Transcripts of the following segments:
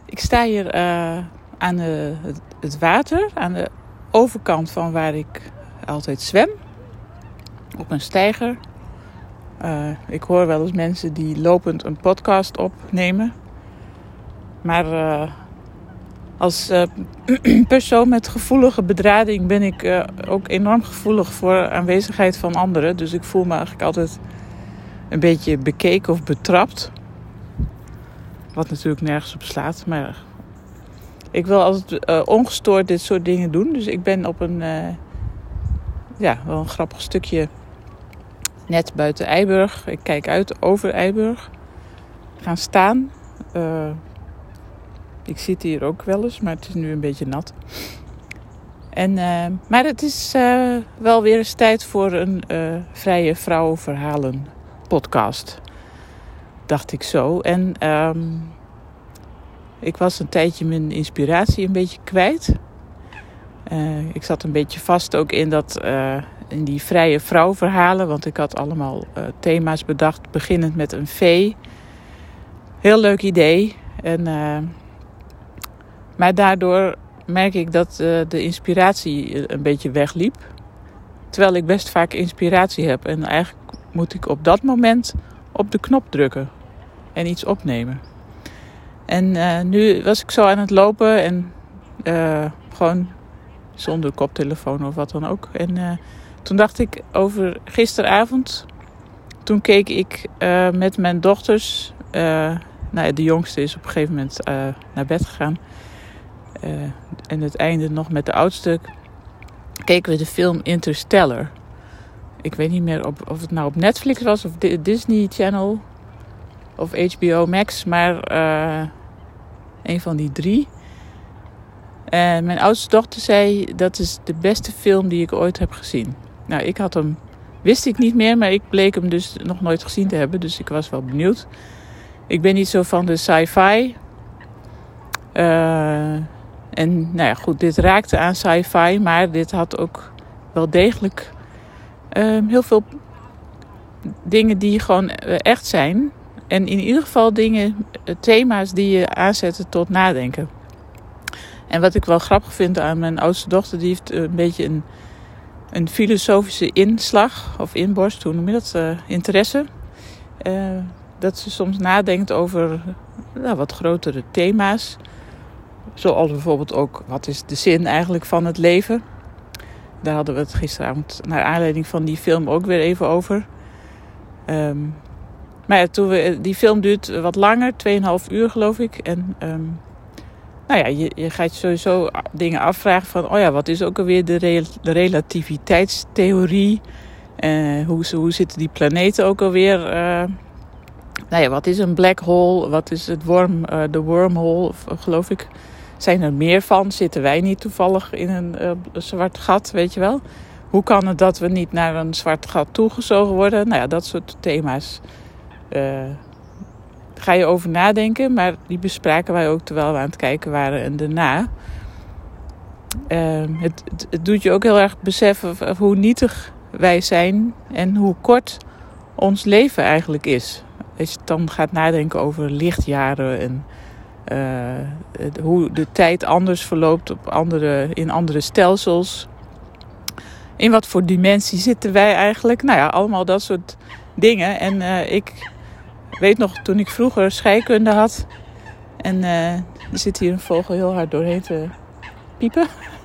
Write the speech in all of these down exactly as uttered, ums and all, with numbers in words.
Ik sta hier uh, aan de, het, het water, aan de overkant van waar ik altijd zwem. Op een steiger. Uh, ik hoor wel eens mensen die lopend een podcast opnemen. Maar uh, als uh, persoon met gevoelige bedrading ben ik uh, ook enorm gevoelig voor aanwezigheid van anderen. Dus ik voel me eigenlijk altijd een beetje bekeken of betrapt. Wat natuurlijk nergens op slaat. Maar ik wil altijd uh, ongestoord dit soort dingen doen. Dus ik ben op een, uh, ja, wel een grappig stukje net buiten Eiburg. Ik kijk uit over Eiburg. Gaan staan. Uh, ik zit hier ook wel eens, maar het is nu een beetje nat. En, uh, maar het is uh, wel weer eens tijd voor een uh, vrije vrouwenverhalen podcast. Dacht ik zo. En um, ik was een tijdje mijn inspiratie een beetje kwijt. Uh, ik zat een beetje vast ook in, dat, uh, in die vrije vrouwenverhalen. Want ik had allemaal uh, thema's bedacht, beginnend met een vee. Heel leuk idee. En, uh, maar daardoor merk ik dat uh, de inspiratie een beetje wegliep. Terwijl ik best vaak inspiratie heb. En eigenlijk moet ik op dat moment op de knop drukken. En iets opnemen. En uh, nu was ik zo aan het lopen. En uh, gewoon zonder koptelefoon of wat dan ook. En uh, toen dacht ik over gisteravond. Toen keek ik uh, met mijn dochters. Uh, nou ja, de jongste is op een gegeven moment uh, naar bed gegaan. Uh, en het einde nog met de oudste. Keken we de film Interstellar. Ik weet niet meer op, of het nou op Netflix was of Disney Channel. Of H B O Max. Maar uh, een van die drie. En mijn oudste dochter zei, dat is de beste film die ik ooit heb gezien. Nou, ik had hem, wist ik niet meer, maar ik bleek hem dus nog nooit gezien te hebben. Dus ik was wel benieuwd. Ik ben niet zo van de sci-fi. Uh, en nou ja, goed, dit raakte aan sci-fi, maar dit had ook wel degelijk uh, heel veel dingen die gewoon uh, echt zijn. En in ieder geval dingen, uh, thema's die je aanzetten tot nadenken. En wat ik wel grappig vind aan mijn oudste dochter, die heeft een beetje een, een filosofische inslag, of inborst, hoe noem je dat, uh, interesse. Uh, dat ze soms nadenkt over nou, wat grotere thema's. Zoals bijvoorbeeld ook, wat is de zin eigenlijk van het leven? Daar hadden we het gisteravond naar aanleiding van die film ook weer even over. Um, maar ja, toen we, die film duurt wat langer, tweeënhalf uur geloof ik. En um, nou ja, je, je gaat sowieso dingen afvragen van, oh ja, wat is ook alweer de, re- de relativiteitstheorie? Uh, hoe, hoe zitten die planeten ook alweer? Uh, nou ja, wat is een black hole? Wat is het worm, uh, de wormhole, geloof ik? Zijn er meer van? Zitten wij niet toevallig in een, uh, een zwart gat, weet je wel? Hoe kan het dat we niet naar een zwart gat toegezogen worden? Nou ja, dat soort thema's. Uh, ga je over nadenken, maar die bespraken wij ook terwijl we aan het kijken waren en daarna. Uh, het, het, het doet je ook heel erg beseffen hoe nietig wij zijn en hoe kort ons leven eigenlijk is. Als je dan gaat nadenken over lichtjaren en uh, hoe de tijd anders verloopt op andere, in andere stelsels. In wat voor dimensie zitten wij eigenlijk? Nou ja, allemaal dat soort dingen. En uh, ik weet nog, toen ik vroeger scheikunde had. En uh, er zit hier een vogel heel hard doorheen te piepen.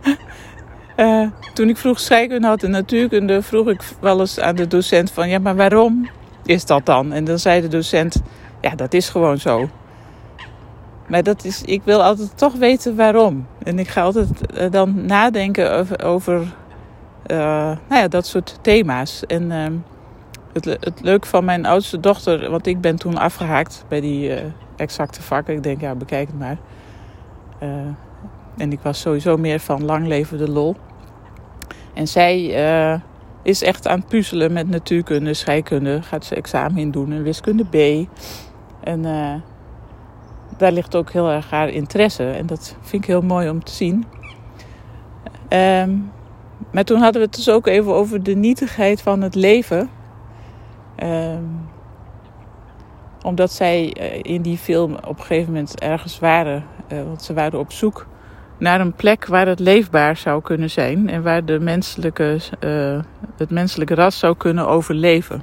uh, toen ik vroeger scheikunde had en natuurkunde, vroeg ik wel eens aan de docent van, ja, maar waarom is dat dan? En dan zei de docent, ja, dat is gewoon zo. Maar dat is, ik wil altijd toch weten waarom. En ik ga altijd uh, dan nadenken over, over uh, nou ja, dat soort thema's. En uh, het, het leuke van mijn oudste dochter, want ik ben toen afgehaakt bij die uh, exacte vakken. Ik denk, ja, bekijk het maar. Uh, en ik was sowieso meer van lang leven de lol. En zij uh, is echt aan het puzzelen met natuurkunde, scheikunde. Gaat ze examen in doen en wiskunde B. En uh, daar ligt ook heel erg haar interesse. En dat vind ik heel mooi om te zien. Um, maar toen hadden we het dus ook even over de nietigheid van het leven. Um, omdat zij in die film op een gegeven moment ergens waren. Uh, want ze waren op zoek naar een plek waar het leefbaar zou kunnen zijn. En waar de menselijke, uh, het menselijke ras zou kunnen overleven.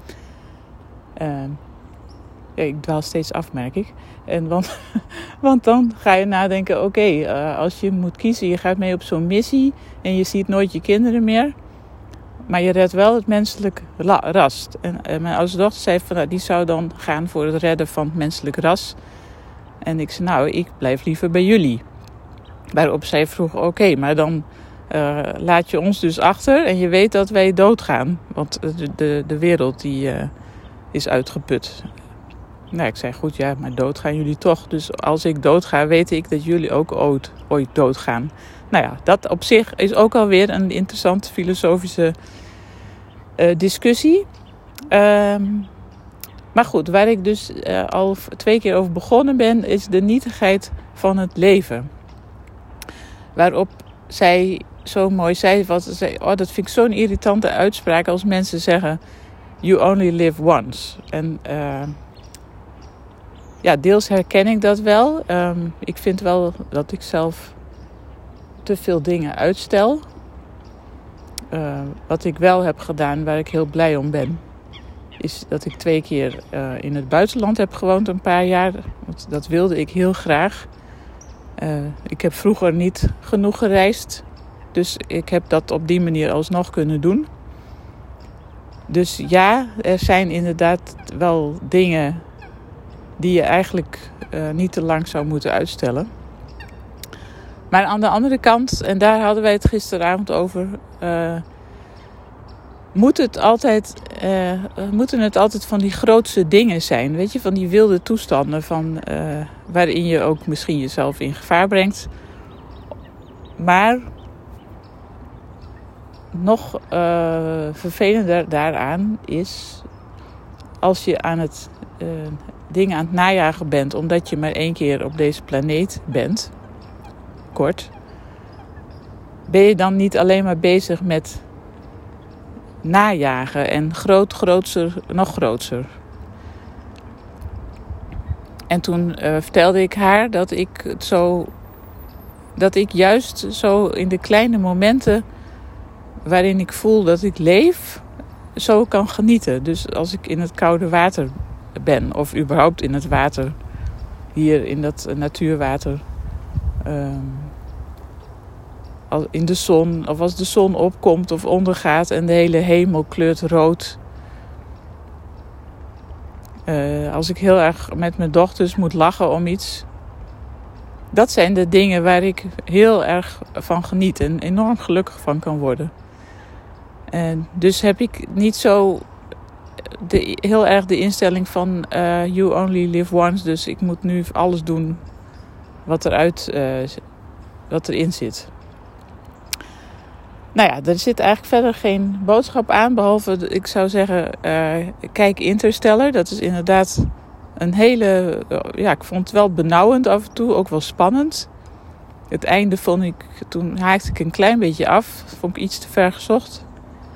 Uh, ja, ik dwaal steeds af, merk ik. En want, want dan ga je nadenken, oké, okay, uh, als je moet kiezen, je gaat mee op zo'n missie en je ziet nooit je kinderen meer. Maar je redt wel het menselijk ras. En uh, mijn oudste dochter zei van, nou, die zou dan gaan voor het redden van het menselijk ras. En ik zei, nou, ik blijf liever bij jullie. Waarop zij vroeg, oké, okay, maar dan uh, laat je ons dus achter en je weet dat wij doodgaan. Want de, de, de wereld die uh, is uitgeput. Nou, ik zei, goed, ja, maar doodgaan jullie toch. Dus als ik doodga, weet ik dat jullie ook ooit, ooit doodgaan. Nou ja, dat op zich is ook alweer een interessante filosofische uh, discussie. Um, maar goed, waar ik dus uh, al twee keer over begonnen ben, is de nietigheid van het leven. Waarop zij zo mooi zei, wat ze zei, oh, dat vind ik zo'n irritante uitspraak als mensen zeggen, you only live once. En uh, ja, deels herken ik dat wel. Um, ik vind wel dat ik zelf te veel dingen uitstel. Uh, wat ik wel heb gedaan, waar ik heel blij om ben, is dat ik twee keer uh, in het buitenland heb gewoond, een paar jaar. Want dat wilde ik heel graag. Uh, ik heb vroeger niet genoeg gereisd. Dus ik heb dat op die manier alsnog kunnen doen. Dus ja, er zijn inderdaad wel dingen die je eigenlijk uh, niet te lang zou moeten uitstellen. Maar aan de andere kant, en daar hadden wij het gisteravond over, Uh, moet het altijd, uh, moeten het altijd van die grootste dingen zijn. Weet je, van die wilde toestanden van, uh, waarin je ook misschien jezelf in gevaar brengt. Maar nog uh, vervelender daaraan is als je aan het uh, dingen aan het najagen bent, omdat je maar één keer op deze planeet bent, kort, ben je dan niet alleen maar bezig met najagen en groot, grootser, nog grootser. En toen uh, vertelde ik haar dat ik het zo, dat ik juist zo in de kleine momenten waarin ik voel dat ik leef, zo kan genieten. Dus als ik in het koude water ben, of überhaupt in het water, hier in dat natuurwater, Um, in de zon, of als de zon opkomt of ondergaat en de hele hemel kleurt rood. Uh, als ik heel erg met mijn dochters moet lachen om iets. Dat zijn de dingen waar ik heel erg van geniet en enorm gelukkig van kan worden. En dus heb ik niet zo de, heel erg de instelling van uh, you only live once. Dus ik moet nu alles doen wat, eruit, uh, wat erin zit. Nou ja, er zit eigenlijk verder geen boodschap aan. Behalve, ik zou zeggen, uh, kijk Interstellar. Dat is inderdaad een hele, uh, ja, ik vond het wel benauwend af en toe. Ook wel spannend. Het einde vond ik, toen haakte ik een klein beetje af. Vond ik iets te ver gezocht.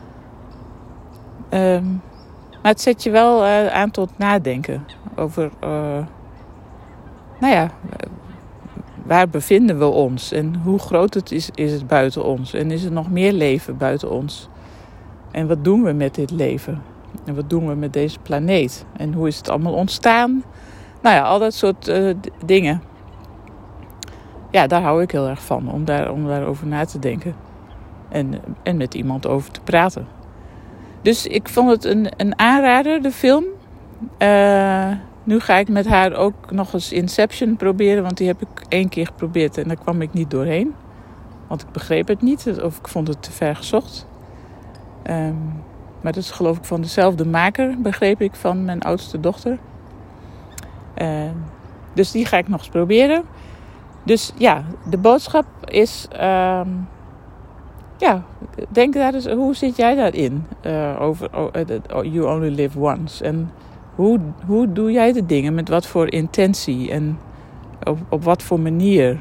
Um, maar het zet je wel uh, aan tot nadenken. Over, uh, nou ja, waar bevinden we ons? En hoe groot het is, is het buiten ons? En is er nog meer leven buiten ons? En wat doen we met dit leven? En wat doen we met deze planeet? En hoe is het allemaal ontstaan? Nou ja, al dat soort uh, d- dingen. Ja, daar hou ik heel erg van. Om, daar, om daarover na te denken. En, en met iemand over te praten. Dus ik vond het een, een aanrader, de film. Uh, nu ga ik met haar ook nog eens Inception proberen. Want die heb ik één keer geprobeerd en daar kwam ik niet doorheen. Want ik begreep het niet. Of ik vond het te ver gezocht. Um, maar dat is geloof ik van dezelfde maker, begreep ik, van mijn oudste dochter. Uh, dus die ga ik nog eens proberen. Dus ja, de boodschap is, Um, ja, denk daar eens, hoe zit jij daarin? Uh, over oh, uh, you only live once. En hoe, hoe doe jij de dingen? Met wat voor intentie? En op, op wat voor manier?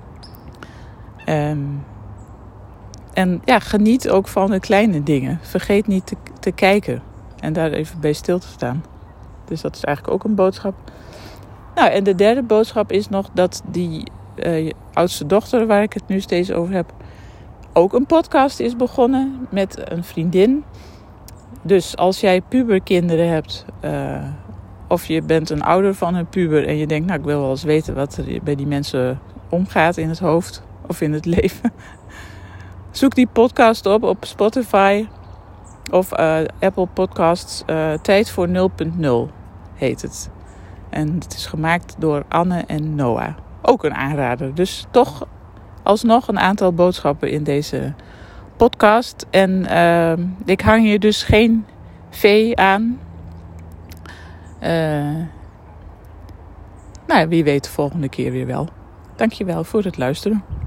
Um, en ja, geniet ook van de kleine dingen. Vergeet niet te, te kijken. En daar even bij stil te staan. Dus dat is eigenlijk ook een boodschap. Nou, en de derde boodschap is nog dat die uh, oudste dochter, waar ik het nu steeds over heb, ook een podcast is begonnen met een vriendin. Dus als jij puberkinderen hebt, uh, of je bent een ouder van een puber en je denkt, nou, ik wil wel eens weten wat er bij die mensen omgaat in het hoofd of in het leven. Zoek die podcast op op Spotify of uh, Apple Podcasts. Uh, Tijd voor nul punt nul heet het. En het is gemaakt door Anne en Noah. Ook een aanrader. Dus toch alsnog een aantal boodschappen in deze podcast. En uh, ik hang hier dus geen V aan. Uh, nou, wie weet de volgende keer weer wel. Dankjewel voor het luisteren.